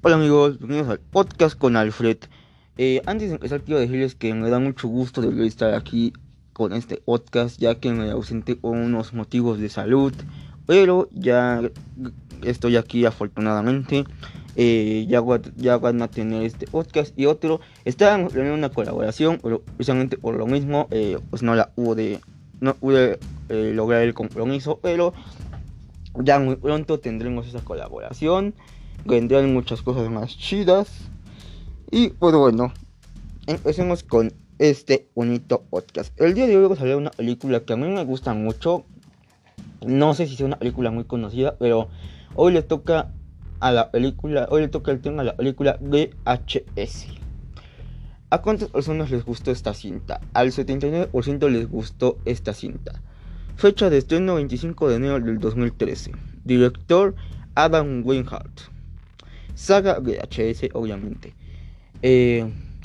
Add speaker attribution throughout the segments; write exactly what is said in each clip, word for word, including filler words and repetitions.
Speaker 1: Hola amigos, bienvenidos al podcast con Alfred. Eh, antes de empezar quiero decirles que me da mucho gusto de estar aquí con este podcast, ya que me ausenté por unos motivos de salud, pero ya estoy aquí afortunadamente. Eh, ya, ya van a tener este podcast y otro. Estaban planeando una colaboración, pero precisamente por lo mismo, eh, pues no la pude, no pude eh, lograr el compromiso, pero ya muy pronto tendremos esa colaboración. Vendrán muchas cosas más chidas. Y pues bueno, empecemos con este bonito podcast. El día de hoy vamos a hablar de una película que a mí me gusta mucho. No sé si sea una película muy conocida, pero hoy le toca a la película, hoy le toca el tema a la película V H S. ¿A cuántas personas les gustó esta cinta? Al setenta y nueve por ciento les gustó esta cinta. Fecha de estreno veinticinco de enero del dos mil trece. Director Adam Wingard. Saga V H S, obviamente. Eh,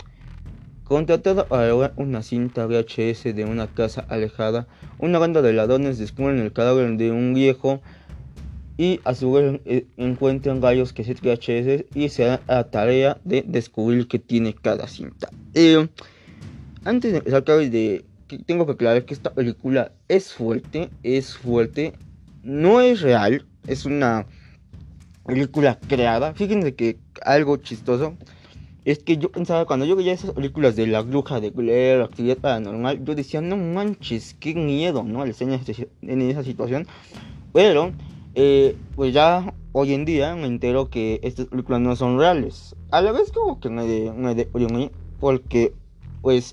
Speaker 1: contratada a grabar una cinta V H S de una casa alejada, una banda de ladrones descubren el cadáver de un viejo y a su vez eh, encuentran varios cassettes V H S y se dan a la tarea de descubrir qué tiene cada cinta. Eh, antes de empezar, de, tengo que aclarar que esta película es fuerte, es fuerte, no es real, es una película creada. Fíjense que algo chistoso es que yo pensaba, cuando yo veía esas películas de La Bruja de Blair, Actividad Paranormal, yo decía, no manches, qué miedo, ¿no? Al estar en esa situación. Pero, eh, pues ya hoy en día me entero que estas películas no son reales. A la vez como que me, de, me deprimí, porque, pues,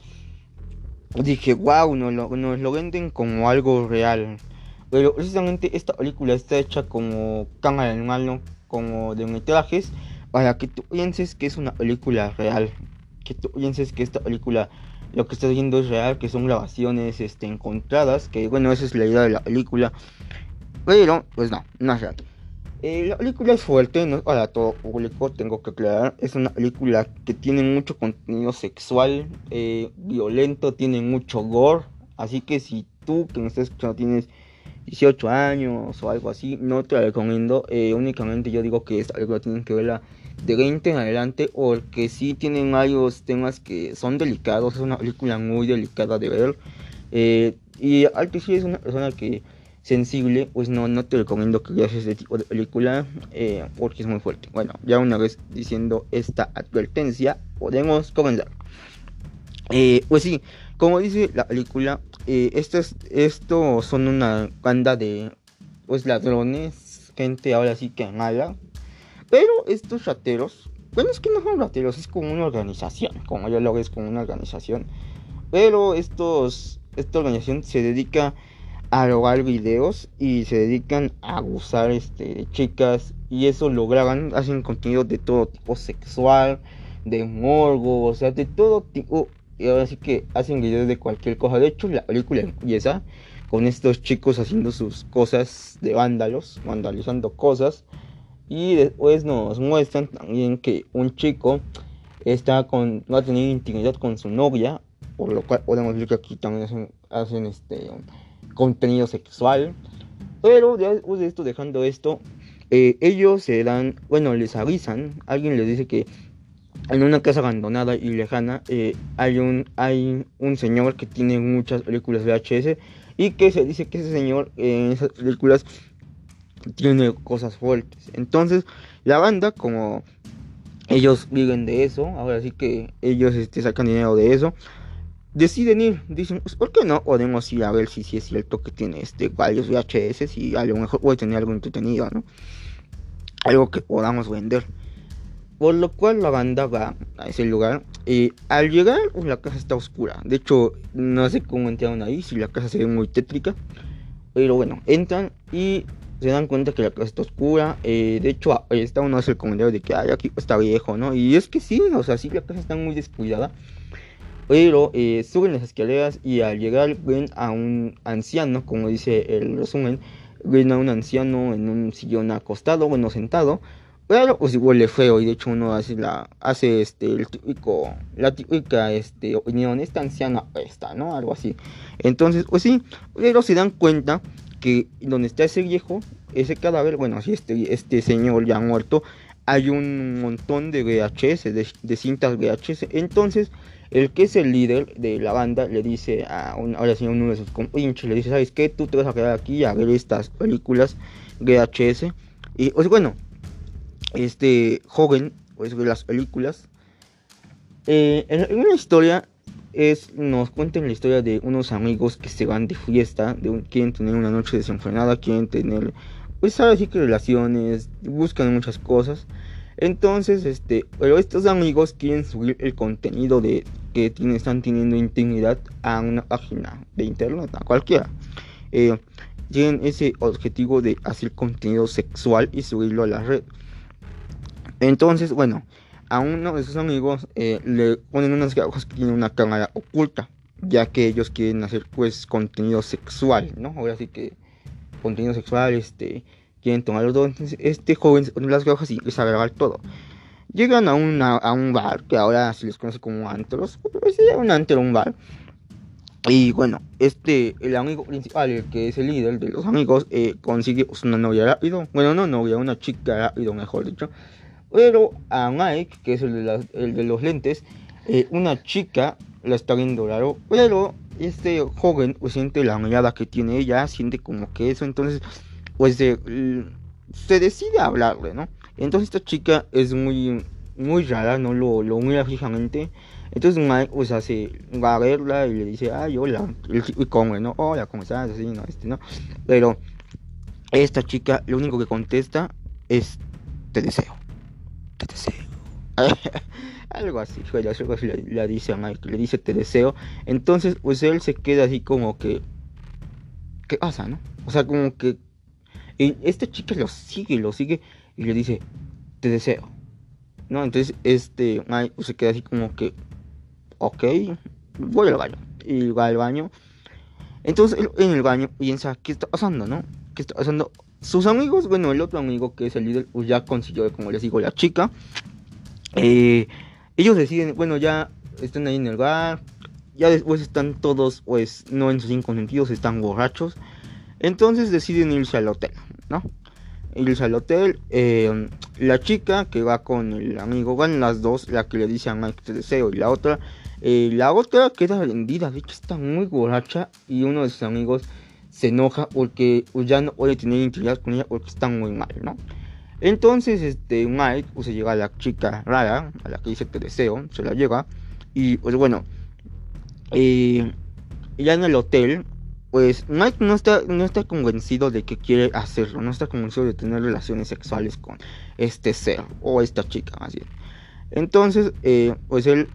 Speaker 1: dije, wow, nos lo, nos lo venden como algo real. Pero precisamente esta película está hecha como cámara en mano, como de metrajes, para que tú pienses que es una película real. Que tú pienses que esta película, lo que estás viendo es real, que son grabaciones este, encontradas, que bueno, esa es la idea de la película. Pero, pues no, no es real. Eh, la película es fuerte, no es para todo público, tengo que aclarar. Es una película que tiene mucho contenido sexual, eh, violento, tiene mucho gore. Así que si tú que me estás escuchando tienes dieciocho años o algo así, no te la recomiendo. Eh, únicamente yo digo que esta película tienen que verla de veinte en adelante, porque sí tienen varios temas que son delicados. Es una película muy delicada de ver. Eh, y al que sí es una persona que sensible, pues no, no te recomiendo que veas este tipo de película, eh, porque es muy fuerte. Bueno, ya una vez diciendo esta advertencia, podemos comenzar. Eh, pues sí, como dice la película, eh, estos, estos son una banda de pues ladrones, gente ahora sí que mala, pero estos rateros, bueno, es que no son rateros, es como una organización, como ya lo ves, como una organización, pero estos, esta organización se dedica a robar videos y se dedican a abusar este, de chicas, y eso lo graban, hacen contenido de todo tipo sexual, de morbo, o sea, de todo tipo. Y ahora sí que hacen videos de cualquier cosa. De hecho, la película empieza con estos chicos haciendo sus cosas de vándalos, vandalizando cosas, y después nos muestran también que un chico está con, va a tener intimidad con su novia, por lo cual podemos ver que aquí también hacen, hacen este contenido sexual. Pero ya después de esto, dejando esto, eh, ellos se dan, bueno, les avisan, alguien les dice que en una casa abandonada y lejana eh, hay un hay un señor que tiene muchas películas V H S, y que se dice que ese señor eh, en esas películas tiene cosas fuertes. Entonces la banda, como ellos viven de eso, ahora sí que ellos este, sacan dinero de eso, deciden ir. Dicen, pues, ¿por qué no podemos ir a ver si, si es cierto que tiene este varios V H S y a lo mejor puede tener algo entretenido, ¿no? Algo que podamos vender. Por lo cual la banda va a ese lugar, y al llegar, pues, la casa está oscura. De hecho, no sé cómo entraron ahí, si la casa se ve muy tétrica. Pero bueno, entran y se dan cuenta que la casa está oscura. Eh, de hecho, ahí está uno hace el comentario de que, ay, aquí está viejo, ¿no? Y es que sí, o sea, sí, la casa está muy descuidada. Pero eh, suben las escaleras y al llegar ven a un anciano, como dice el resumen. Ven a un anciano en un sillón acostado, bueno, sentado. Pero pues huele feo, y de hecho uno hace la hace este el típico la típica este opinión, esta anciana apesta, ¿no? Algo así. Entonces, pues sí, pero se dan cuenta que donde está ese viejo, ese cadáver, bueno, sí, este este señor ya muerto, hay un montón de V H S, de, de cintas V H S. Entonces, el que es el líder de la banda le dice a un, ahora sí, a uno de sus compinches, le dice, ¿sabes qué? Tú te vas a quedar aquí a ver estas películas V H S. Y pues bueno, este joven, pues ve las películas. Eh, en, en una historia es, nos cuentan la historia de unos amigos que se van de fiesta, de un, quieren tener una noche desenfrenada, quieren tener, pues ahora sí que relaciones, buscan muchas cosas. Entonces, este, pero estos amigos quieren subir el contenido de que tienen, están teniendo intimidad a una página de internet, a cualquiera. Eh, Tienen ese objetivo de hacer contenido sexual y subirlo a la red. Entonces, bueno, a uno de sus amigos eh, le ponen unas gafas que tienen una cámara oculta, ya que ellos quieren hacer pues contenido sexual, ¿no? Ahora sí que contenido sexual, este, quieren tomar los dos. Entonces, este joven se pone las gafas y empieza a grabar todo. Llegan a, una, a un bar, que ahora se les conoce como antros, pues sería un antro, un bar. Y bueno, este, el amigo principal, el que es el líder de los amigos, eh, consigue pues, una novia rápido. Bueno, no novia, una chica rápido, mejor dicho. Pero a Mike, que es el de, la, el de los lentes, eh, una chica la está viendo raro. Pero este joven pues, siente la mirada que tiene ella, siente como que eso. Entonces, pues eh, se decide a hablarle, ¿no? Entonces esta chica es muy, muy rara, no lo, lo mira fijamente. Entonces Mike pues hace, va a verla y le dice, ay, hola, y come, ¿no? Hola, ¿cómo estás? Así, ¿no? Este, ¿no? Pero esta chica lo único que contesta es, te deseo, te deseo. Algo así, algo así le, le dice a Mike, le dice te deseo. Entonces pues él se queda así como que, ¿qué pasa, no? O sea, como que y esta chica lo sigue, lo sigue y le dice, te deseo, ¿no? Entonces este Mike pues, se queda así como que, ok, voy al baño. Y va al baño. Entonces él, en el baño piensa, ¿qué está pasando, no? ¿Qué está pasando? Sus amigos, bueno, el otro amigo que es el líder, pues ya consiguió, como les digo, la chica. Eh, ellos deciden, bueno, ya están ahí en el bar. Ya después están todos, pues, no en sus cinco sentidos, están borrachos. Entonces deciden irse al hotel, ¿no? Irse al hotel. Eh, la chica que va con el amigo, van las dos, la que le dice a Mike te deseo y la otra. Eh, la otra queda rendida, de hecho está muy borracha y uno de sus amigos se enoja porque ya no puede tener intimidad con ella porque está muy mal, ¿no? Entonces este Mike pues, se llega a la chica rara, a la que dice te deseo, se la llega y pues bueno, eh, ya en el hotel, pues Mike no está, no está convencido de que quiere hacerlo, no está convencido de tener relaciones sexuales con este ser o esta chica más bien. Entonces, eh, pues él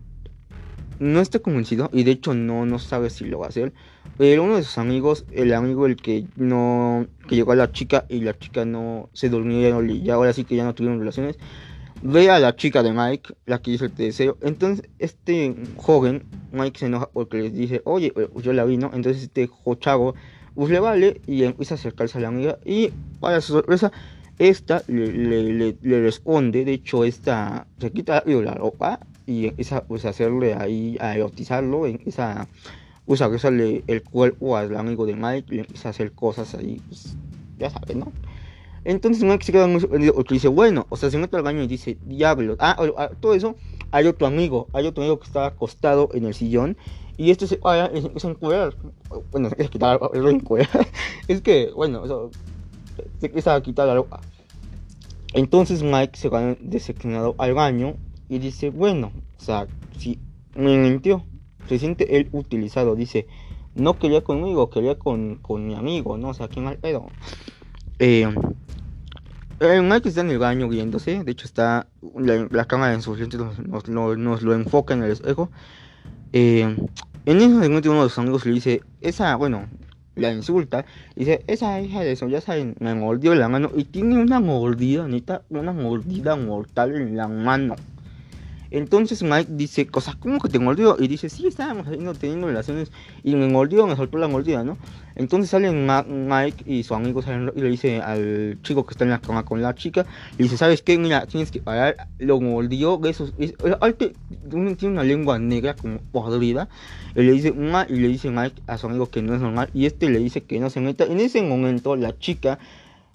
Speaker 1: no está convencido y de hecho no, no sabe si lo va a hacer. Pero uno de sus amigos, el amigo el que no, que llegó a la chica y la chica no se durmió y ya ahora sí que ya no tuvieron relaciones, ve a la chica de Mike, la que hizo el deseo. Entonces este joven, Mike se enoja porque les dice, oye, yo la vi, ¿no? Entonces este chavo, pues le vale y empieza a acercarse a la amiga y para su sorpresa, esta le, le, le, le responde. De hecho esta se quita la ropa y empieza pues, a hacerle ahí, a erotizarlo, empieza pues, a besarle el cuerpo al amigo de Mike, le empieza a hacer cosas ahí, pues, ya sabes, ¿no? Entonces Mike se queda muy sorprendido porque dice, bueno, o sea, se mete al baño y dice, diablo. Ah, ah, todo eso, hay otro amigo, hay otro amigo que está acostado en el sillón y este se para y se empieza a encuerar. Bueno, es quitar, es encuerar. Es que, bueno, eso, se empieza a quitar la ropa. Entonces Mike se va decepcionado al baño y dice, bueno, o sea, si me mintió, se siente él utilizado, dice, no quería conmigo, quería con, con mi amigo, ¿no? O sea, qué mal pedo. Eh... Eh, Mike está en el baño viéndose, de hecho está la, la cámara en sus lentes nos, nos, nos, nos lo enfoca en el espejo. Eh, en ese momento uno de sus amigos le dice, esa, bueno, la insulta, dice, esa hija de eso, ya saben, me mordió la mano y tiene una mordida, neta, una mordida mortal en la mano. Entonces Mike dice, cosas como que te mordió. Y dice, sí, estábamos teniendo, teniendo relaciones y me mordió, me soltó la mordida, ¿no? Entonces salen Ma- Mike y su amigo salen y le dice al chico que está en la cama con la chica, le dice, ¿sabes qué? Mira, tienes que parar, lo mordió, esos, es, es, tiene una lengua negra como podrida. Y le dice, Ma, y le dice Mike a su amigo que no es normal y este le dice que no se meta. En ese momento la chica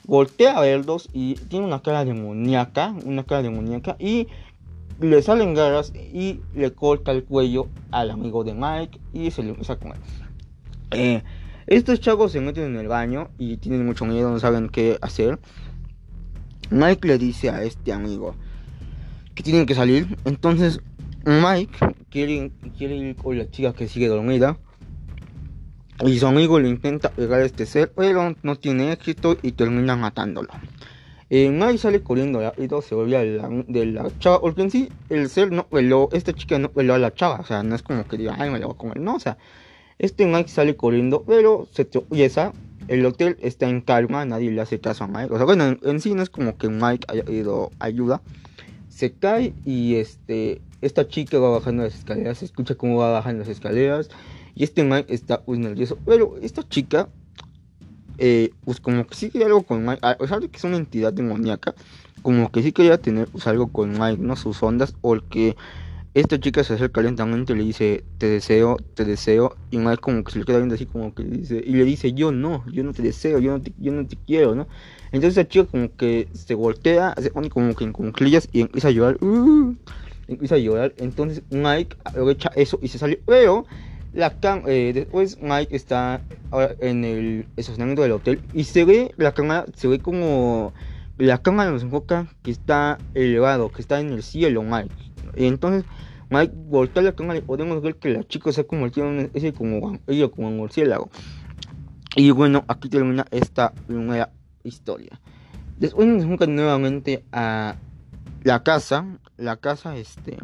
Speaker 1: voltea a verlos y tiene una cara demoníaca, una cara demoníaca y le salen garras y le corta el cuello al amigo de Mike y se le empieza a comer. Eh, estos chavos se meten en el baño y tienen mucho miedo, no saben qué hacer. Mike le dice a este amigo que tienen que salir. Entonces Mike quiere, quiere ir con la chica que sigue dormida. Y su amigo le intenta pegar a este ser, pero no tiene éxito y termina matándolo. Eh, Mike sale corriendo rápido, se vuelve a la, de la chava, porque en sí el ser no peló, esta chica no peló a la chava, o sea, no es como que diga, ay, me la voy a comer, no, o sea, este Mike sale corriendo, pero se tropieza, el hotel está en calma, nadie le hace caso a Mike, o sea, bueno, en, en sí no es como que Mike haya ido ayuda, se cae y este, esta chica va bajando las escaleras, se escucha cómo va bajando las escaleras, y este Mike está muy nervioso, pero esta chica... Eh, pues como que sí quería algo con Mike, a pesar de que es una entidad demoníaca, como que sí quería tener pues, algo con Mike, ¿no? Sus ondas, porque esta chica se acerca lentamente y le dice, te deseo, te deseo, y Mike como que se le queda viendo así como que le dice, y le dice, yo no, yo no te deseo, yo no te, yo no te quiero, ¿no? Entonces la chica como que se voltea, se pone como que en cuclillas y empieza a llorar, uh, empieza a llorar, entonces Mike aprovecha eso y se sale, pero... La cam eh, después Mike está ahora en el estacionamiento del hotel y se ve la cámara, se ve como la cámara nos enfoca que está elevado, que está en el cielo Mike. Y entonces Mike voltea la cámara y podemos ver que la chica se ha convertido en ese como ella como en murciélago. Y bueno, aquí termina esta primera historia. Después nos enfoca nuevamente a la casa, la casa este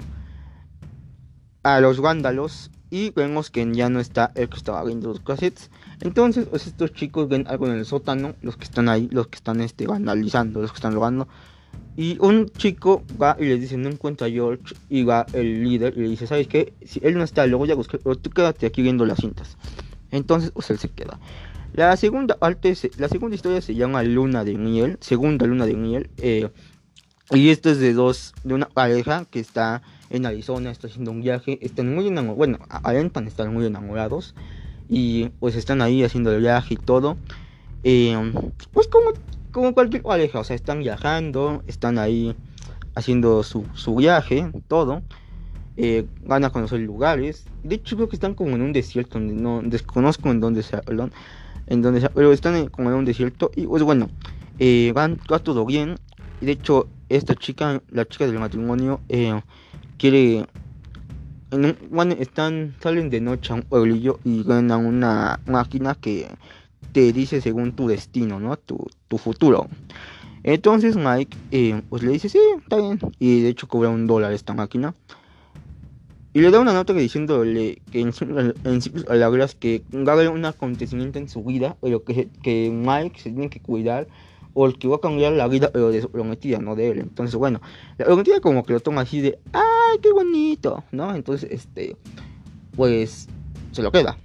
Speaker 1: a los vándalos. Y vemos que ya no está el que estaba viendo los cassettes. Entonces pues estos chicos ven algo en el sótano. Los que están ahí, los que están este, vandalizando, los que están robando. Y un chico va y les dice, no encuentra a George. Y va el líder y le dice, ¿sabes qué? Si él no está, lo voy a buscar, pero tú quédate aquí viendo las cintas. Entonces pues él se queda. La segunda parte, la segunda historia se llama Luna de Miel. Segunda Luna de Miel. Eh, y esto es de dos, de una pareja que está en Arizona, está haciendo un viaje, están muy enamorados, bueno, aparentan estar muy enamorados y pues están ahí haciendo el viaje y todo, eh, pues como, como cualquier pareja, o sea, están viajando, están ahí haciendo su, su viaje, todo, eh, van a conocer lugares, de hecho creo que están como en un desierto, donde no, desconozco en dónde sea, perdón, en dónde sea, pero están en, como en un desierto y pues bueno, eh, van, va todo bien, y de hecho esta chica, la chica del matrimonio, eh, quiere en un, bueno, están salen de noche a un pueblillo y ganan una máquina que te dice según tu destino, ¿no? Tu, tu futuro. Entonces Mike eh, pues le dice sí, está bien, y de hecho cobra un dólar esta máquina y le da una nota que diciéndole que en, en simples palabras que va a haber un acontecimiento en su vida, pero que, que Mike se tiene que cuidar o el que va a cambiar la vida pero de su prometida, no de él. Entonces bueno, la prometida como que lo toma así de ay qué bonito, ¿no? Entonces este pues se lo queda.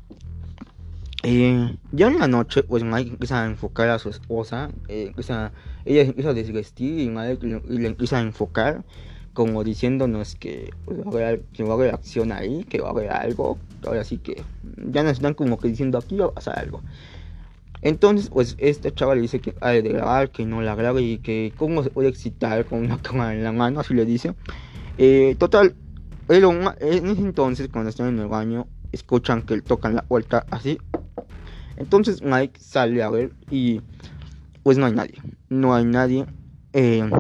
Speaker 1: Eh, ya en la noche pues Mike empieza a enfocar a su esposa, eh, empieza, ella empieza a desvestir y Mike le, y le empieza a enfocar como diciéndonos que, pues, va a haber, que va a haber acción ahí, que va a haber algo, ahora sí que ya nos están como que diciendo aquí va a pasar algo. Entonces, pues, esta chava le dice que ha de grabar, que no la grabe y que cómo se puede excitar con una cámara en la mano, así le dice. Eh, total, pero en ese entonces, cuando están en el baño, escuchan que tocan la puerta así. Entonces Mike sale a ver y pues no hay nadie, no hay nadie. Eh,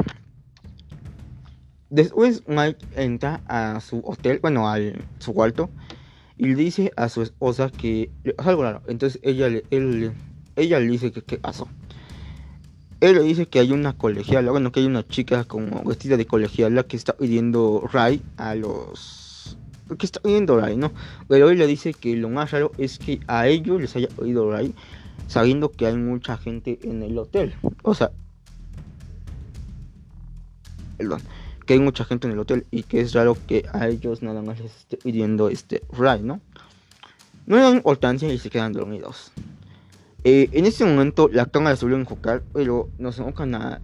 Speaker 1: después Mike entra a su hotel, bueno, a su cuarto y le dice a su esposa que es algo raro. Entonces ella le, él, ella le dice que qué pasó. Él le dice que hay una colegiala, bueno, que hay una chica como vestida de colegiala que está pidiendo Ray a los... que está pidiendo Ray, ¿no? Pero él le dice que lo más raro es que a ellos les haya oído Ray sabiendo que hay mucha gente en el hotel. O sea... Perdón. Que hay mucha gente en el hotel y que es raro que a ellos nada más les esté pidiendo este Ray, ¿no? No le dan importancia y se quedan dormidos. Eh, en este momento la cámara se vuelve a enfocar, pero nos enfocan a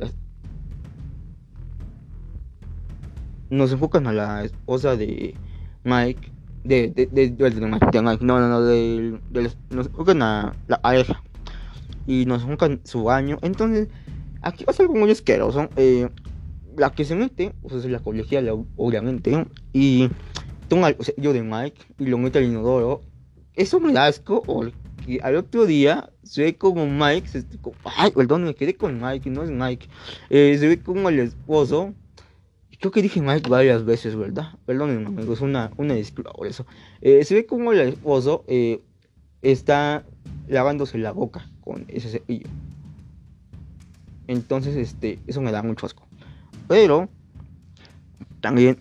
Speaker 1: nos enfocan a la esposa de Mike, de de de, de, de, de Mike, de Mike, no no no, de, de, nos enfocan a la pareja. y nos buscan su baño. Entonces, aquí pasa algo muy asqueroso. Eh, la que se mete, o sea, es la colegiala, obviamente, y toma el sello de Mike y lo mete al inodoro. Eso me da asco, porque al otro día se ve como Mike, se, como, ay, perdón, me quedé con Mike, no es Mike, eh, se ve como el esposo. Creo que dije Mike varias veces, ¿verdad? Perdónenme, amigos, una, una disculpa por eso. Eh, se ve como el esposo eh, está lavándose la boca con ese cepillo. Entonces, este, eso me da mucho asco. Pero, también,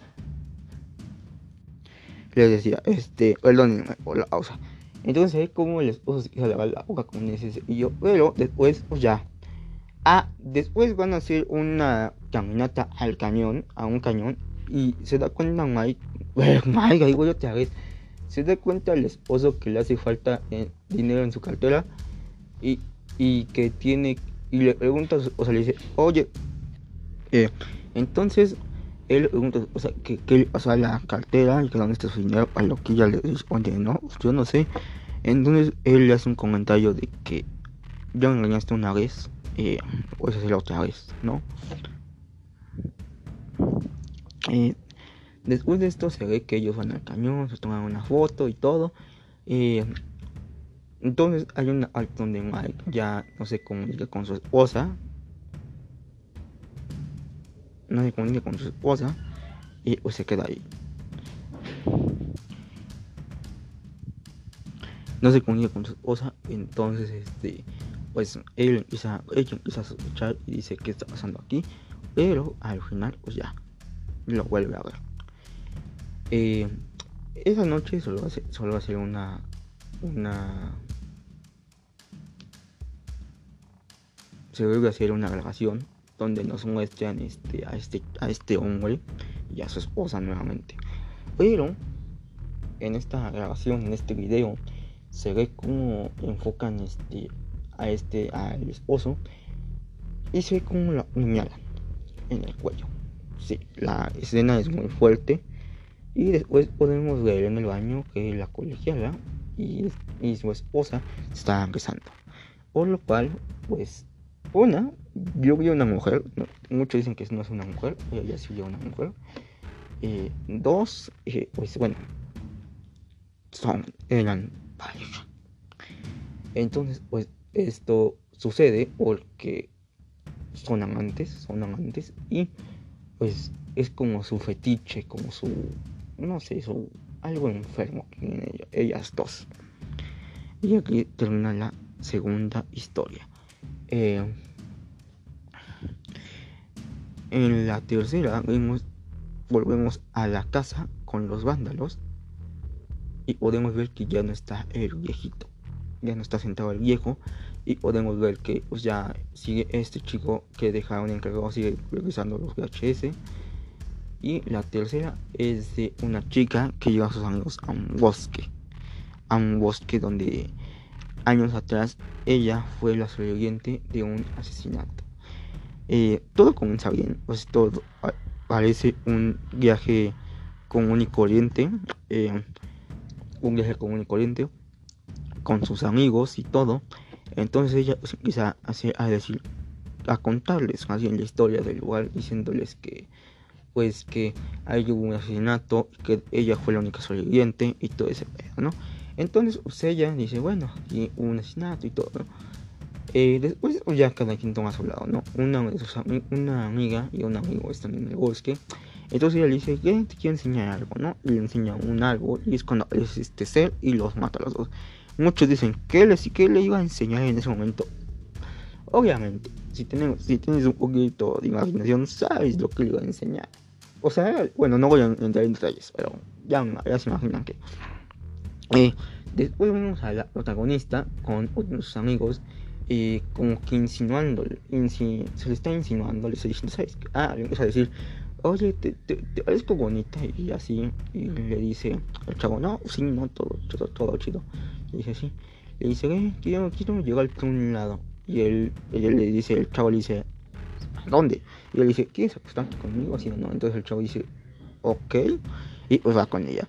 Speaker 1: les decía, este, perdónenme por la pausa. Entonces se ve como el esposo se quiere lavar la boca con ese cepillo. Pero, después, pues ya. Ah, después van a hacer una caminata al cañón, a un cañón. Y se da cuenta Mike, Mike, ahí voy otra vez. Se da cuenta el esposo que le hace falta eh, dinero en su cartera y, y que tiene, y le pregunta, o sea, le dice, oye, eh, entonces él le pregunta, o sea, que, que le pasa a la cartera y que dónde está su dinero, a lo que ella le dice, oye, no, yo no sé. Entonces él le hace un comentario de que ya me engañaste una vez, eh, puedes hacerlo otra vez, ¿no? Eh, Después de esto se ve que ellos van al cañón, se toman una foto y todo. Eh, entonces hay una parte donde Mike ya no se comunica con su esposa. No se comunica con su esposa. Y pues se queda ahí. No se comunica con su esposa. Entonces este pues él empieza, ella empieza a sospechar y dice qué está pasando aquí. Pero al final pues ya lo vuelve a ver. Eh, esa noche solo va a ser, solo va a ser una una se vuelve a hacer una grabación donde nos muestran este, a, este, a este hombre y a su esposa nuevamente. Pero en esta grabación, en este video, se ve cómo enfocan este, a este, al esposo y se ve cómo la puñalan en el cuello. Sí, la escena es muy fuerte y después podemos ver en el baño que la colegiala y, y su esposa se estaban besando. Por lo cual, pues, una, yo vi a una mujer, no, muchos dicen que no es una mujer, pero ya sí vi a una mujer. Eh, dos, eh, pues bueno, son, eran pareja. Entonces, pues, esto sucede porque son amantes, son amantes y pues es como su fetiche, como su, no sé, su, algo enfermo que tienen ellas, ellas dos. Y aquí termina la segunda historia. Eh, en la tercera vemos, volvemos a la casa con los vándalos y podemos ver que ya no está el viejito, ya no está sentado el viejo y podemos ver que pues ya sigue este chico que dejaron encargado, sigue revisando los V H S. Y la tercera es de una chica que lleva a sus amigos a un bosque, a un bosque donde años atrás ella fue la sobreviviente de un asesinato. Eh, todo comienza bien, pues todo parece un viaje común y corriente, eh, un viaje común y corriente con sus amigos y todo. Entonces ella pues, empieza a, hacer, a decir, a contarles más bien la historia del lugar, diciéndoles que pues que ahí hubo un asesinato, que ella fue la única sobreviviente y todo ese pedo, ¿no? Entonces pues, ella dice, bueno, y hubo un asesinato y todo, ¿no? Eh, después pues, ya cada quien toma a su lado, ¿no? Una, de sus ami- una amiga y un amigo están en el bosque. Entonces ella le dice, ¿qué? Te quiero enseñar algo, ¿no? Y le enseña un árbol y es cuando aparece este ser y los mata a los dos. Muchos dicen, ¿qué le, qué le iba a enseñar en ese momento? Obviamente, si, tenemos, si tienes un poquito de imaginación, sabes lo que le iba a enseñar. O sea, bueno, no voy a entrar en detalles, pero ya, ya se imaginan que. Eh, después vemos a la protagonista con otros amigos, eh, como que insinuando, insi, se le está insinuando, le está diciendo, ¿sabes qué? Ah, le empieza a decir, oye, te, te, te parezco bonita, y así, y le dice el chavo, no, sí, no, todo, todo, todo chido. Le dice así, le dice, eh, quiero, quiero llegar a un lado. Y él, él le dice, el chavo le dice, ¿a dónde? Y él dice, ¿quieres acostarte conmigo? Así o no. Entonces el chavo dice, ok. Y pues va con ella.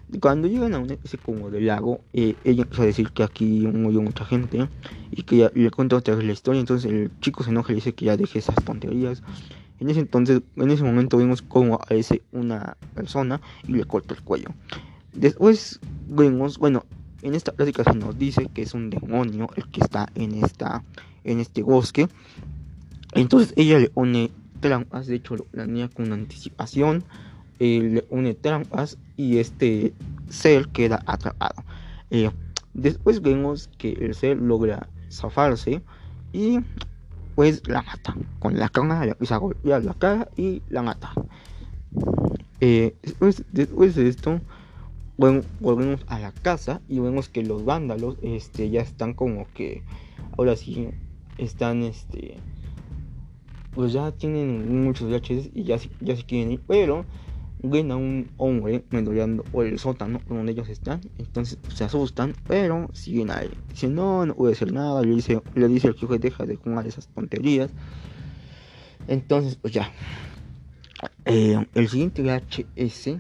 Speaker 1: Cuando llegan a una especie como de lago, eh, ella empieza a decir que aquí murió mucha gente y que ya le cuenta otra vez la historia. Entonces el chico se enoja y le dice que ya deje esas tonterías. En ese entonces, en ese momento vemos cómo aparece una persona y le corta el cuello. Después vemos, bueno, en esta plática se nos dice que es un demonio el que está en esta, en este bosque. Entonces ella le une trampas, de hecho lo planea con anticipación, eh, le une trampas y este ser queda atrapado. Eh, después vemos que el ser logra zafarse y pues la mata. Con la cámara le empieza a golpear la cara y la mata. Eh, después, después de esto, bueno, volvemos a la casa y vemos que los vándalos este, ya están como que, ahora sí, están este pues ya tienen muchos V H S y ya, ya se quieren ir, pero ven a un hombre merodeando por el sótano donde ellos están. Entonces se asustan, pero siguen ahí. Dicen, no, no puede ser nada. Le dice, le dice el que deja de jugar esas tonterías. Entonces, pues ya. Eh, el siguiente V H S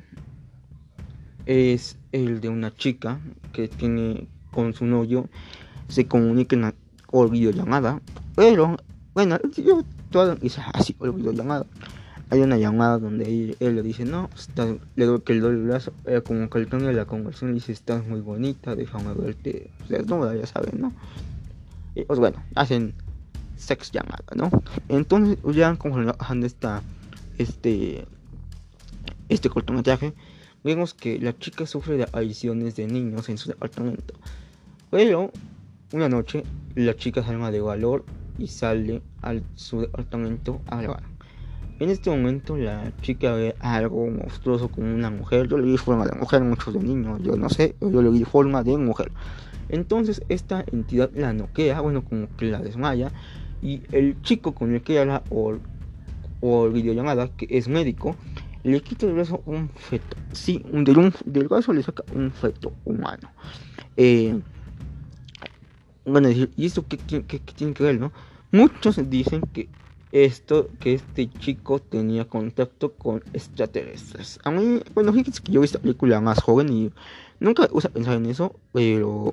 Speaker 1: es el de una chica que tiene con su novio, se comunican por videollamada, pero bueno, yo todo es así por videollamada. Hay una llamada donde él, él le dice, no, está, le doy que le doy el brazo, eh, como que el cambio de la conversión le dice, estás muy bonita, déjame verte desnuda, ya saben, ¿no? Y pues bueno, hacen sex llamada, ¿no? Entonces ya como bajando esta, este, este cortometraje, vemos que la chica sufre de apariciones de niños en su departamento. Pero una noche la chica se arma de valor y sale a su departamento a grabar. En este momento la chica ve algo monstruoso como una mujer. Yo le di forma de mujer, muchos de niños, yo no sé, yo le di forma de mujer. Entonces esta entidad la noquea, bueno, como que la desmaya. Y el chico con el que habla o, o videollamada, que es médico, le quita del brazo un feto. Sí, un, del, un, del brazo le saca un feto humano. Eh, Van a decir, ¿y esto qué, qué, qué, qué tiene que ver, no? Muchos dicen que esto, que este chico tenía contacto con extraterrestres. A mí, bueno, fíjense que yo vi esta película más joven y nunca me gusta pensar en eso, pero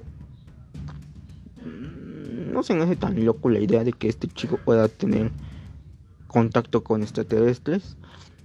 Speaker 1: no se me hace tan loco la idea de que este chico pueda tener contacto con extraterrestres,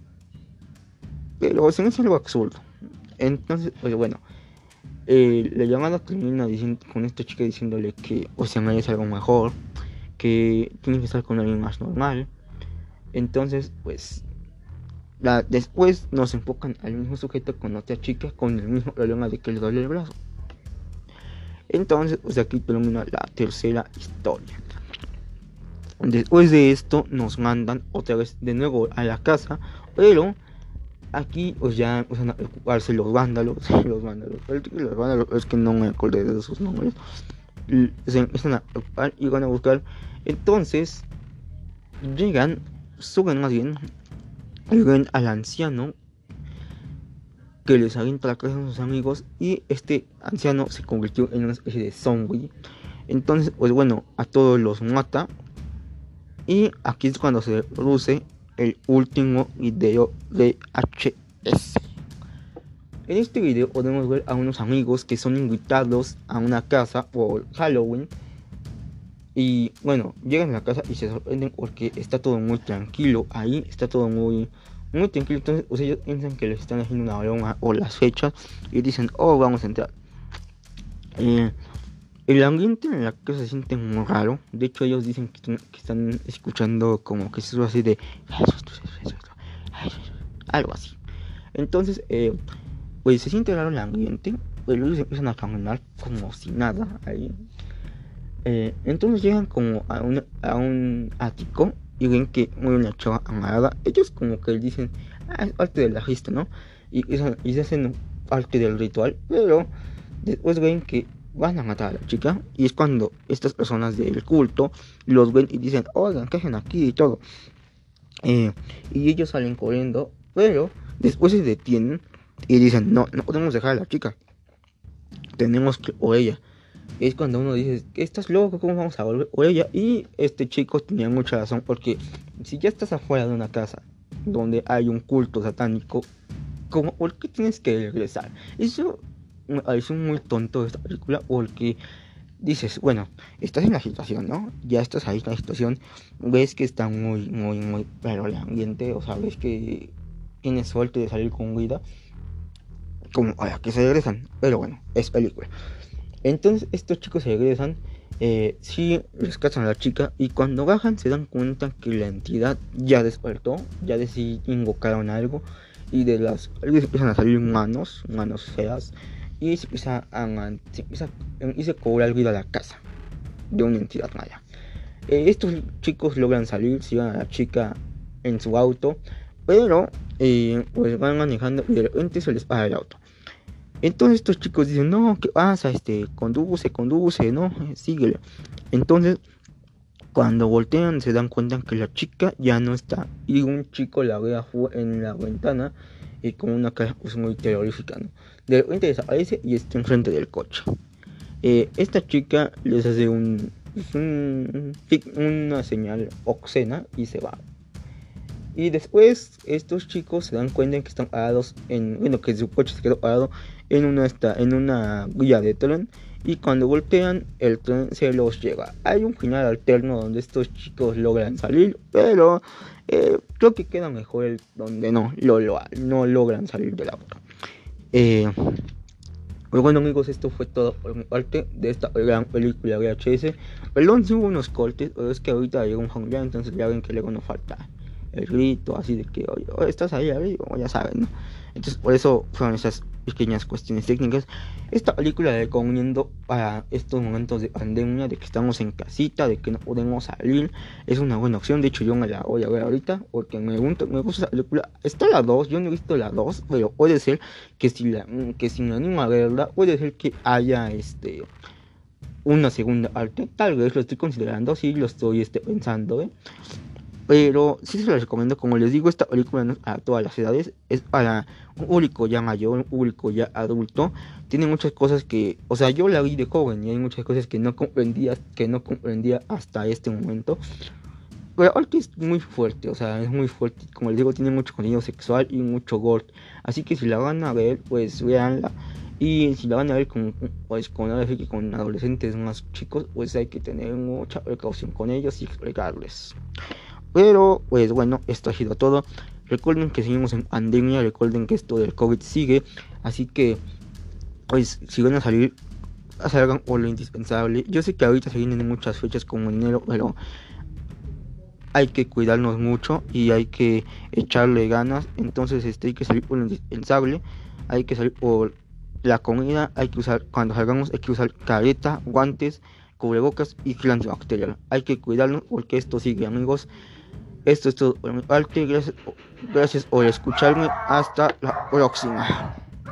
Speaker 1: pero se me hace algo absurdo. Entonces, pues bueno, eh, la llamada termina diciendo, con esta chica diciéndole que o sea, merece algo mejor, que tiene que estar con alguien más normal. Entonces, pues la, después nos enfocan al mismo sujeto con otra chica con el mismo problema de que le duele el brazo. Entonces, pues aquí termina la tercera historia. Después de esto nos mandan otra vez de nuevo a la casa, pero aquí pues ya empiezan a ocuparse los vándalos, los vándalos, los vándalos, es que no me acordé de sus nombres, se empiezan a ocupar y van a buscar. Entonces llegan, suben más bien, y ven al anciano que les avienta la casa a sus amigos y este anciano se convirtió en una especie de zombie. Entonces pues bueno, a todos los mata y aquí es cuando se produce el último video de H S. En este video podemos ver a unos amigos que son invitados a una casa por Halloween. Y bueno, llegan a la casa y se sorprenden porque está todo muy tranquilo. Ahí está todo muy, muy tranquilo. Entonces pues, ellos piensan que les están haciendo una broma o las fechas. Y dicen, oh, vamos a entrar. Eh, el ambiente en la casa se siente muy raro. De hecho ellos dicen que, que están escuchando como que eso así de... algo así. Entonces, eh, pues se siente raro el ambiente. Pero ellos empiezan a caminar como si nada ahí. Eh, entonces llegan como a un, a un ático y ven que hay una chava amarrada. Ellos como que dicen, ah, es parte de la fiesta, ¿no? Y, y se hacen parte del ritual, pero después ven que van a matar a la chica. Y es cuando estas personas del culto los ven y dicen, oigan, ¿qué hacen aquí? Y todo. Eh, y ellos salen corriendo, pero después se detienen y dicen, no, no podemos dejar a la chica. Tenemos que por ella. Es cuando uno dice, estás loco, ¿cómo vamos a volver por ella? Y este chico tenía mucha razón, porque si ya estás afuera de una casa donde hay un culto satánico, como, ¿por qué tienes que regresar? Eso me parece muy tonto de esta película porque dices, bueno, estás en la situación, ¿no? Ya estás ahí en la situación, ves que está muy, muy, muy, pero el ambiente, o sea, ves que tienes suerte de salir con vida, como, a que se regresan, pero bueno, es película. Entonces estos chicos se regresan, eh, sí rescatan a la chica y cuando bajan se dan cuenta que la entidad ya despertó, ya de sí invocaron algo y de las les empiezan a salir manos, manos feas y se empieza a, se empieza, y se cobra el vida a la casa de una entidad mala. Eh, estos chicos logran salir, se llevan a la chica en su auto, pero eh, pues van manejando y de repente se les para el auto. Entonces estos chicos dicen, no, ¿qué pasa? Este, conduce, conduce, ¿no? Síguele. Entonces, cuando voltean se dan cuenta que la chica ya no está. Y un chico la ve en la ventana y con una cara pues, muy terrorífica, ¿no? De repente desaparece y está enfrente del coche. Eh, esta chica les hace un, un, una señal obscena y se va. Y después estos chicos se dan cuenta que están parados en, bueno, que su coche se quedó parado en una, esta, en una vía de tren. Y cuando voltean, el tren se los lleva. Hay un final alterno donde estos chicos logran salir, pero eh, creo que queda mejor el donde no, lo, lo, no logran salir del auto. Eh, pues bueno amigos, esto fue todo por mi parte de esta gran película V H S. Perdón si hubo unos cortes, pero es que ahorita llegó un familiar, entonces ya ven que luego no falta el grito, así de que, oye, oye, estás ahí arriba, ya saben, ¿no? Entonces por eso fueron esas pequeñas cuestiones técnicas. Esta película la recomiendo para estos momentos de pandemia, de que estamos en casita, de que no podemos salir. Es una buena opción, de hecho yo me la voy a ver ahorita, porque me gusta, me gusta esa película. Está la dos, yo no he visto la dos, pero puede ser que si, la, que si me animo a verla, puede ser que haya este una segunda parte, tal vez lo estoy considerando, sí lo estoy este, pensando, ¿eh? Pero sí se les recomiendo, como les digo, esta película no es a todas las edades, es para un público ya mayor, un público ya adulto. Tiene muchas cosas que, o sea, yo la vi de joven y hay muchas cosas que no comprendía, que no comprendía hasta este momento. Pero ahorita es muy fuerte, o sea, es muy fuerte. Como les digo, tiene mucho contenido sexual y mucho gore. Así que si la van a ver, pues véanla. Y si la van a ver con, pues, con, con adolescentes más chicos, pues hay que tener mucha precaución con ellos y explicarles. Pero, pues bueno, esto ha sido todo. Recuerden que seguimos en pandemia, recuerden que esto del COVID sigue. Así que, pues, si van a salir, salgan por lo indispensable. Yo sé que ahorita se vienen muchas fechas como enero, pero hay que cuidarnos mucho y hay que echarle ganas. Entonces, este, hay que salir por lo indispensable. Hay que salir por la comida. Hay que usar, cuando salgamos, hay que usar careta, guantes, cubrebocas y gel antibacterial. Hay que cuidarnos porque esto sigue, amigos. Esto es todo por mi parte. Gracias, gracias por escucharme. Hasta la próxima.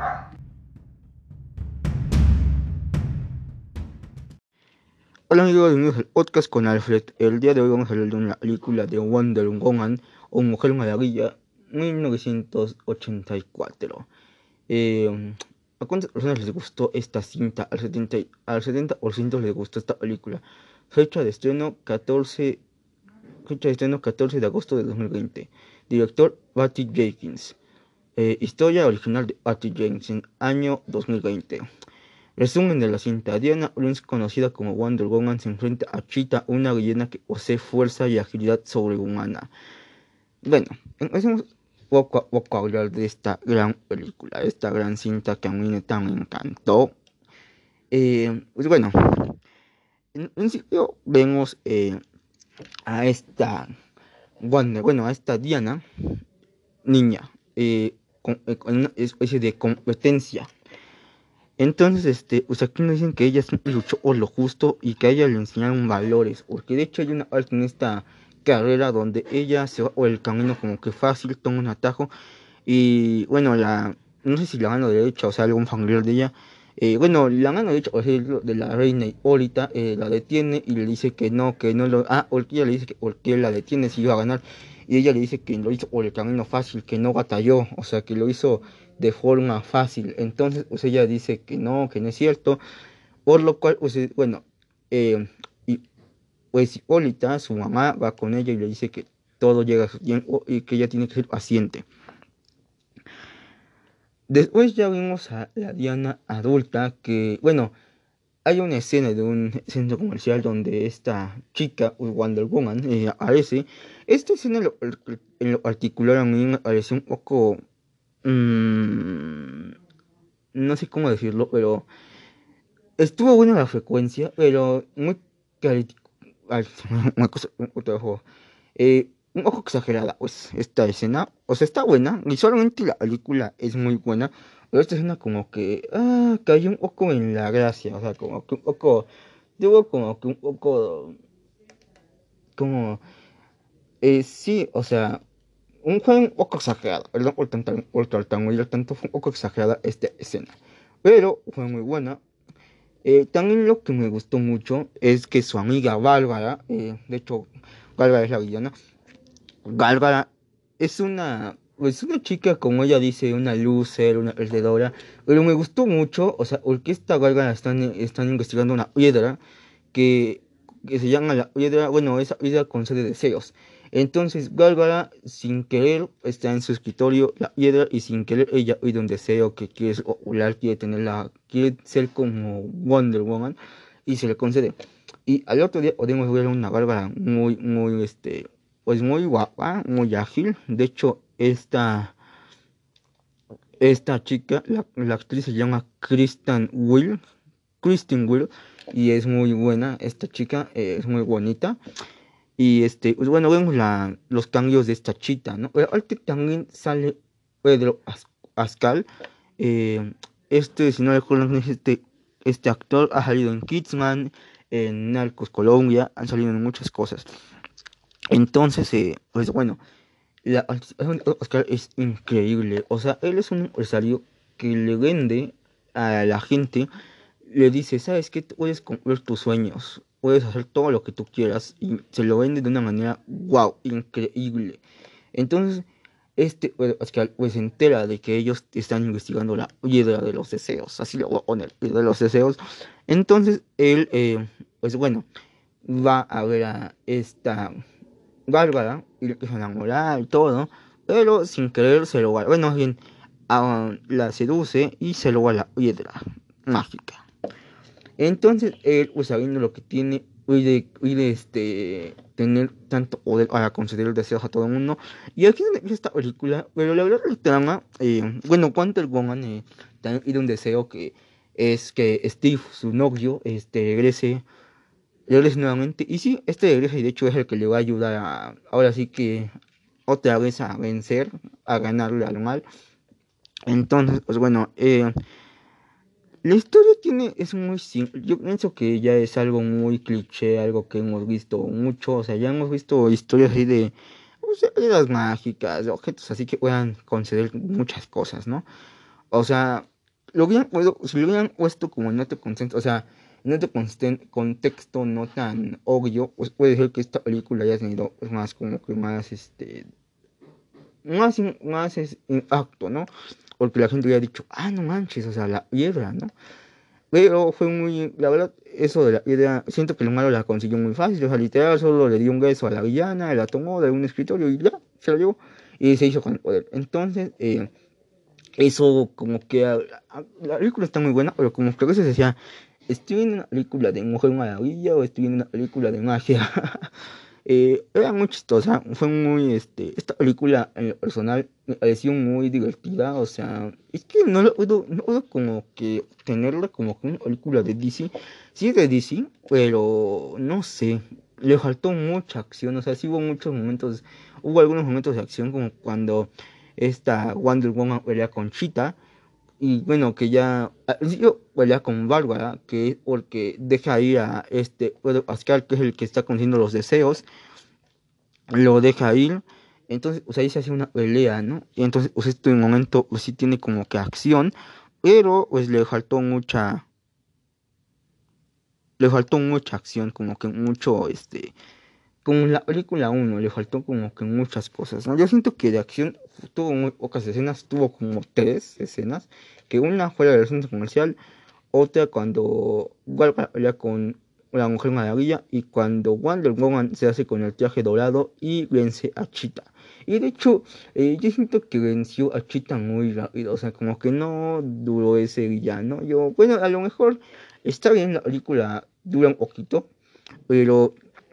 Speaker 1: Hola amigos, bienvenidos al podcast con Alfred. El día de hoy vamos a hablar de una película de Wonder Woman o Mujer Maravilla mil novecientos ochenta y cuatro. Eh, ¿A cuántas personas les gustó esta cinta? Al setenta, al setenta por ciento les gustó esta película. Fecha de estreno catorce Fecha de estreno catorce de agosto de dos mil veinte. Director Patty Jenkins. Eh, historia original de Patty Jenkins. Año dos mil veinte. Resumen de la cinta. Diana Prince, conocida como Wonder Woman, se enfrenta a Cheetah, una villana que posee fuerza y agilidad sobrehumana. Bueno, empecemos poco a poco a hablar de esta gran película, esta gran cinta que a mí me tan encantó. Eh, pues bueno, en principio vemos eh, a esta Wonder, bueno, a esta Diana, niña, eh, con, eh, con una especie de competencia. Entonces, este, pues aquí nos dicen que ella siempre luchó por lo justo y que a ella le enseñaron valores, porque de hecho hay una parte en esta carrera donde ella se va por el camino como que fácil, toma un atajo y bueno, la, no sé si la mano derecha o sea algún familiar de ella, eh, bueno, la mano derecha o sea, de la reina Hipólita eh, la detiene y le dice que no, que no lo, ah, porque ella le dice que porque la detiene si iba a ganar y ella le dice que lo hizo por el camino fácil, que no batalló, o sea que lo hizo de forma fácil. Entonces pues ella dice que no, que no es cierto, por lo cual pues bueno, eh, y pues Hipólita, su mamá, va con ella y le dice que todo llega a su tiempo y que ella tiene que ser paciente. Después ya vimos a la Diana adulta que, bueno, hay una escena de un centro comercial donde esta chica, Wonder Woman, eh, aparece. Esta escena en lo, en lo particular a mí me pareció un poco... mm, no sé cómo decirlo, pero estuvo buena la frecuencia, pero muy crítico. Una cosa, otro juego. Eh, un poco exagerada, pues, esta escena. O sea, está buena, y solamente la película es muy buena. Pero esta escena como que, ah, cayó un poco en la gracia. O sea, como que un poco, digo como que un poco, como, eh, sí, o sea, un juego un poco exagerado. Perdón por, tanto, por tartamudear tanto, fue un poco exagerada esta escena. Pero fue muy buena. Eh, también lo que me gustó mucho es que su amiga Bárbara, eh, de hecho, Bárbara es la villana. Gálgara es una, pues una chica, como ella dice, una loser, una perdedora, pero me gustó mucho, o sea, porque esta Gálgara están, están investigando una piedra que, que se llama la piedra, bueno, esa piedra concede deseos. Entonces Gálgara, sin querer, está en su escritorio, la piedra, y sin querer ella pide un deseo que quiere ser popular, quiere tenerla, quiere ser como Wonder Woman, y se le concede. Y al otro día podemos ver una Gálgara muy, muy, este, pues muy guapa, muy ágil. De hecho, esta, esta chica, la, la actriz se llama Kristen Wiig, Kristen Wiig, y es muy buena. Esta chica eh, es muy bonita. Y este, pues bueno, vemos la, los cambios de esta chica, ¿no? Pero ahorita también sale Pedro As- Pascal. Eh, este, si no recuerdan, es este, este actor ha salido en Kidsman, en Narcos Colombia, han salido en muchas cosas. Entonces, eh, pues bueno, la participación de Oscar es increíble. O sea, él es un empresario que le vende a la gente, le dice, ¿sabes qué? Puedes cumplir tus sueños, puedes hacer todo lo que tú quieras, y se lo vende de una manera, wow, increíble. Entonces, este eh, Oscar pues se entera de que ellos están investigando la piedra de los deseos, así lo voy a poner, piedra de los deseos. Entonces, él, eh, pues bueno, va a ver a esta Bárbara y le empieza a enamorar y todo, pero sin querer se lo va, bueno, más bien ah, la seduce y se lo va a la piedra mágica. Entonces él, pues sabiendo lo que tiene, puede, puede este, tener tanto poder para conceder deseos a todo el mundo. Y aquí es donde empieza esta película, pero la verdad la trama, eh, bueno, Wonder Woman eh, también pide un deseo que es que Steve, su novio, este, regrese regrese nuevamente. Y sí, este regresa y de hecho es el que le va a ayudar a, ahora sí que otra vez a vencer, a ganarle al mal. Entonces, pues bueno, eh, la historia tiene, es muy simple. Yo pienso que ya es algo muy cliché, algo que hemos visto mucho. O sea, ya hemos visto historias así de, o sea, de las mágicas, de objetos así que puedan conceder muchas cosas, ¿no? O sea, lo hubieran, puedo- si lo hubieran puesto como en otro contexto, o sea, en otro consten- contexto no tan obvio, pues puede ser que esta película haya tenido pues, más como que más, este, más, in- más es, impacto, ¿no? Porque la gente hubiera dicho, ah, no manches, o sea, la piedra, ¿no? Pero fue muy, la verdad, eso de la piedra, siento que el malo la consiguió muy fácil, o sea, literal, solo le dio un beso a la villana, la tomó de un escritorio y ya, se la llevó, y se hizo con el poder. Entonces, eh, eso como que a- a- la película está muy buena, pero como que a veces decía, estoy viendo una película de Mujer Maravilla o estoy viendo una película de magia. Eh, era muy chistosa, fue muy, este, esta película en lo personal me pareció muy divertida, o sea, es que no lo puedo, no puedo como que tenerla como que una película de D C, sí es de D C, pero no sé, le faltó mucha acción, o sea, sí hubo muchos momentos, hubo algunos momentos de acción como cuando esta Wonder Woman pelea con Cheetah, y bueno, que ya al principio pelea con Bárbara, que es porque deja ir a este Pedro Pascal, que es el que está consiguiendo los deseos, lo deja ir. Entonces, pues ahí se hace una pelea, ¿no? Y entonces, pues este momento, pues sí tiene como que acción, pero pues le faltó mucha, le faltó mucha acción, como que mucho, este, como en la película uno le faltó como que muchas cosas, ¿no? Yo siento que de acción tuvo muy pocas escenas, tuvo como tres escenas, que una fue la del centro comercial, otra cuando Wolverine pelea con la Mujer Maravilla y cuando Wonder Woman se hace con el traje dorado y vence a Cheetah. Y de hecho, eh, yo siento que venció a Cheetah muy rápido, o sea, como que no duró ese villano. Yo, bueno, a lo mejor está bien, la película dura un poquito, pero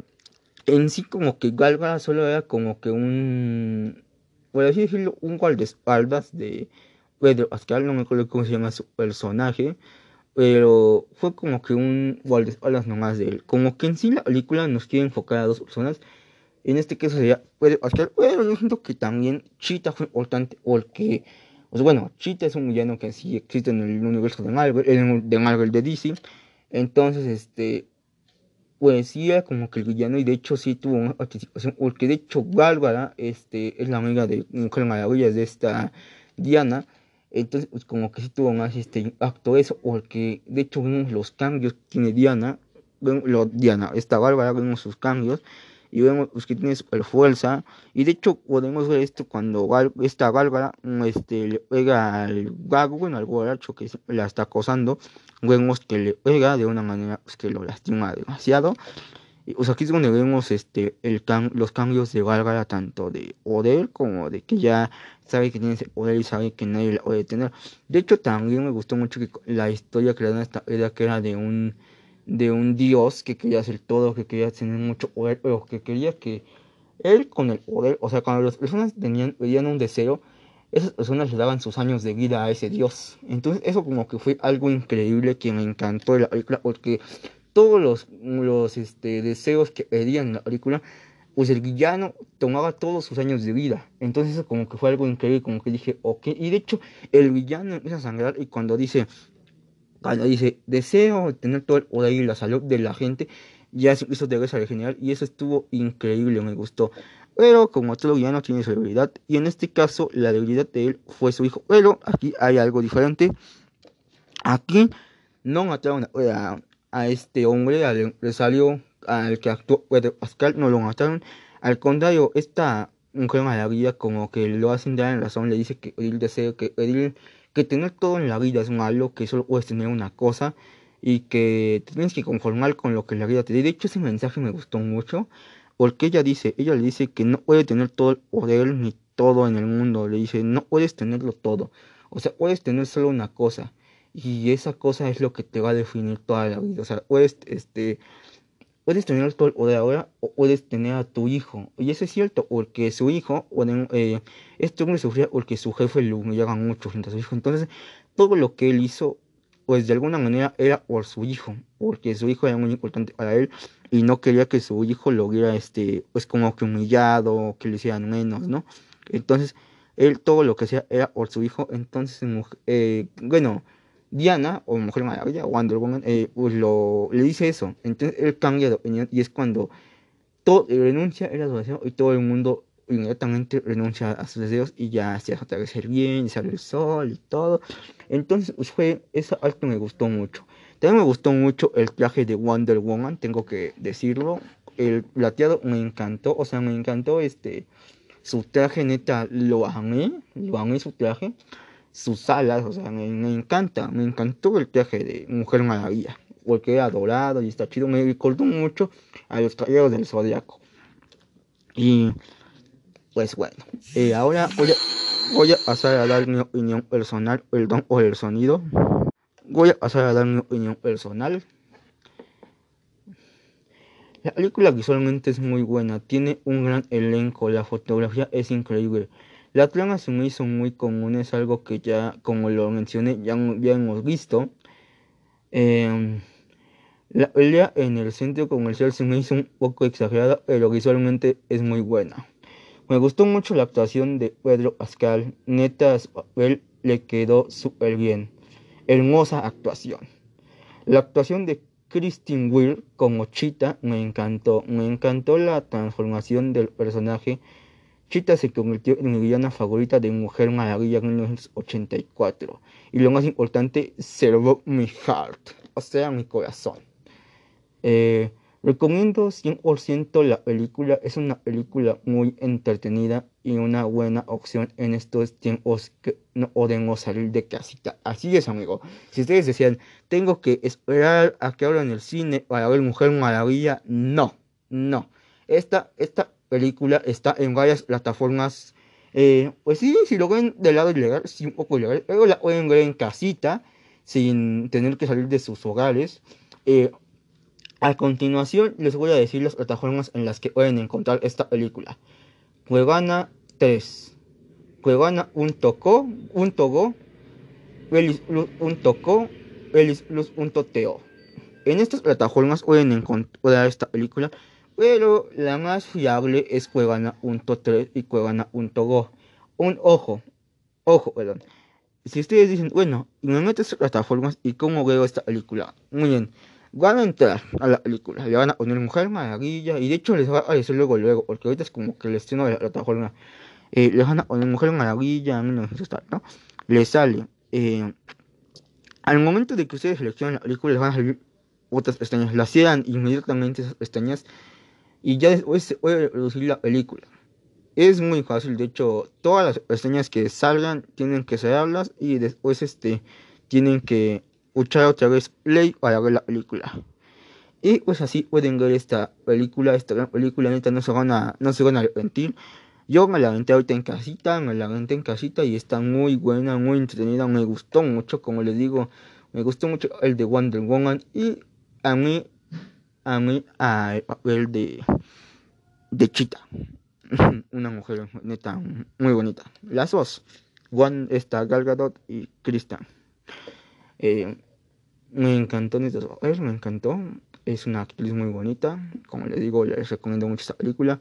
Speaker 1: en sí como que Galga solo era como que un, por así decirlo, un guardaespaldas de Pedro Pascal, no me acuerdo cómo se llama su personaje, pero fue como que un guardaespaldas nomás de él. Como que en sí la película nos quiere enfocar a dos personas, en este caso sería Pedro Pascal, pero yo siento que también Cheetah fue importante porque, pues bueno, Cheetah es un villano que sí existe en el universo de Marvel, en el de Marvel de D C, entonces este pues sí era como que el villano y de hecho sí tuvo una participación, porque de hecho Bárbara este, es la amiga de Mujer Maravilla, de esta Diana, entonces pues como que sí tuvo más este acto eso, porque de hecho vemos los cambios que tiene Diana, vemos, lo, Diana, esta Bárbara, vemos sus cambios, y vemos pues, que tiene super fuerza, y de hecho podemos ver esto cuando Gal, esta Bárbara mm, este, le pega al gago, bueno al guaracho que la está acosando, vemos que le pega de una manera pues, que lo lastima demasiado. Y pues aquí es donde vemos este, el cam los cambios de Gálgara, tanto de poder como de que ya sabe que tiene ese poder y sabe que nadie la puede tener. De hecho, también me gustó mucho que la historia que le dan a esta era que era de un, de un dios que quería hacer todo, que quería tener mucho poder, pero que quería que él con el poder, o sea, cuando las personas tenían, pedían un deseo, esas personas le daban sus años de vida a ese dios. Entonces eso como que fue algo increíble que me encantó de la película, porque todos los, los este, deseos que pedían en la película, pues el villano tomaba todos sus años de vida. Entonces eso como que fue algo increíble, como que dije, ok. Y de hecho el villano empieza a sangrar y cuando dice, cuando dice, deseo tener todo el poder y la salud de la gente, ya se hizo de regreso genial y eso estuvo increíble, me gustó. Pero como todo villano tiene su debilidad y en este caso la debilidad de él fue su hijo. Pero aquí hay algo diferente. Aquí no mataron a, a este hombre, al empresario al que actuó Pedro Pascal, no lo mataron. Al contrario, esta mujer maravilla como que lo hacen dar en razón, le dice que el deseo, que pedir, que tener todo en la vida es malo, que solo puedes tener una cosa y que te tienes que conformar con lo que la vida te dé. De hecho, ese mensaje me gustó mucho porque ella dice, ella le dice que no puede tener todo el poder ni todo en el mundo, le dice, no puedes tenerlo todo, o sea, puedes tener solo una cosa. Y esa cosa es lo que te va a definir toda la vida. O sea, puedes, este, puedes tener todo el poder ahora o puedes tener a tu hijo. Y eso es cierto, porque su hijo, bueno, eh, este hombre sufría porque su jefe lo humillaba mucho frente a su hijo. Entonces, todo lo que él hizo, pues de alguna manera era por su hijo, porque su hijo era muy importante para él y no quería que su hijo lo viera, este, pues como que humillado, que le hicieran menos, ¿no? Entonces, él todo lo que hacía era por su hijo. Entonces, eh, bueno. Diana, o Mujer Maravilla, Wonder Woman, eh, pues lo, le dice eso. Entonces él cambia de opinión y es cuando todo renuncia a su deseo y todo el mundo inmediatamente renuncia a sus deseos y ya se hace atardecer bien, sale el sol y todo. Entonces, pues fue, esa arte me gustó mucho. También me gustó mucho el traje de Wonder Woman, tengo que decirlo. El plateado me encantó, o sea, me encantó este, su traje neta, lo amé, lo amé su traje sus alas, o sea, me, me encanta, me encantó el traje de Mujer Maravilla, porque era dorado y está chido, me recordó mucho a los caballeros del Zodiaco. Y pues bueno, eh, ahora voy a, voy a pasar a dar mi opinión personal, perdón, o el sonido. Voy a pasar a dar mi opinión personal. La película visualmente es muy buena, tiene un gran elenco, la fotografía es increíble. La trama se me hizo muy común, es algo que ya, como lo mencioné, ya, ya hemos visto. Eh, la pelea en el centro comercial se me hizo un poco exagerada, pero visualmente es muy buena. Me gustó mucho la actuación de Pedro Pascal, neta su papel le quedó súper bien. Hermosa actuación. La actuación de Kristen Wiig como Cheetah me encantó. Me encantó la transformación del personaje. Cheetah se convirtió en mi villana favorita de Mujer Maravilla en mil novecientos ochenta y cuatro. Y lo más importante, se robó mi heart, o sea, mi corazón. Eh, recomiendo cien por ciento la película. Es una película muy entretenida y una buena opción en estos tiempos que no podemos salir de casita. Así es, amigo. Si ustedes decían, tengo que esperar a que abran el cine para ver Mujer Maravilla, no, no. Esta, esta película está en varias plataformas. Eh, pues sí, si lo ven del lado ilegal, sí un poco ilegal, pero la pueden ver en casita, sin tener que salir de sus hogares. Eh, a continuación les voy a decir las plataformas en las que pueden encontrar esta película. Cuevana tres, Cuevana punto co, punto go, Pelisplus punto co, Pelisplus punto to. En estas plataformas pueden encontrar esta película, pero la más fiable es Cuevana punto tres y Cuevana punto go. Un ojo, ojo, perdón. Si ustedes dicen, bueno, y me meto a estas plataformas y cómo veo esta película, muy bien, van a entrar a la película, le van a poner Mujer Maravilla, y de hecho les va a aparecer luego, luego, porque ahorita es como que el estreno de la plataforma, eh, les van a poner Mujer Maravilla, en mil novecientos tal, ¿no? Les sale, eh, al momento de que ustedes seleccionan la película, les van a salir otras pestañas, las cierran inmediatamente esas pestañas, y ya después se puede reproducir la película. Es muy fácil, de hecho, todas las pestañas que salgan tienen que cerrarlas y después este tienen que echar otra vez play para ver la película. Y pues así pueden ver esta película, esta gran película, neta, no se van a, no se van a arrepentir. Yo me la aventé ahorita en casita, me la aventé en casita y está muy buena, muy entretenida, me gustó mucho, como les digo, me gustó mucho el de Wonder Woman y a mí, a mí, a el papel de, de Cheetah. Una mujer neta muy bonita. Las dos, One está Gal Gadot y Kristen. Eh, me encantó neta su papel, me encantó. Es una actriz muy bonita. Como les digo, les recomiendo mucho esta película.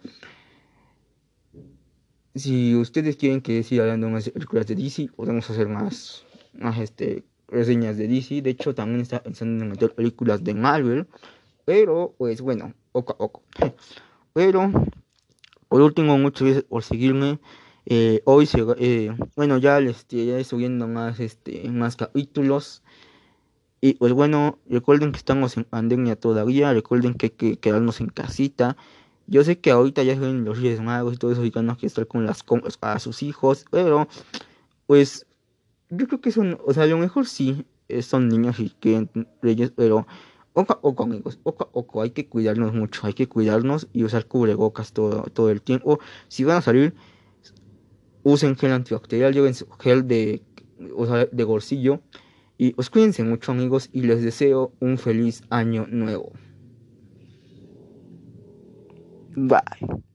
Speaker 1: Si ustedes quieren que siga hablando más de películas de D C, podemos hacer más, más este, reseñas de D C. De hecho, también está pensando en meter películas de Marvel. Pero, pues bueno, poco a poco. Pero por último, muchas gracias por seguirme. Eh, hoy se, eh, bueno, ya les estaré subiendo más, este, más capítulos. Y pues bueno, recuerden que estamos en pandemia todavía. Recuerden que hay que quedarnos en casita. Yo sé que ahorita ya ven los Reyes Magos y todo eso y que no hay que estar con las compras para sus hijos. Pero, pues, yo creo que son, o sea, a lo mejor sí eh, son niños y quieren reyes, pero ojo, ojo amigos, ojo, ojo, hay que cuidarnos mucho, hay que cuidarnos y usar cubrebocas todo, todo el tiempo. Si van a salir, usen gel antibacterial, lleven su gel de, o sea, de bolsillo y os cuídense mucho amigos y les deseo un feliz año nuevo. Bye.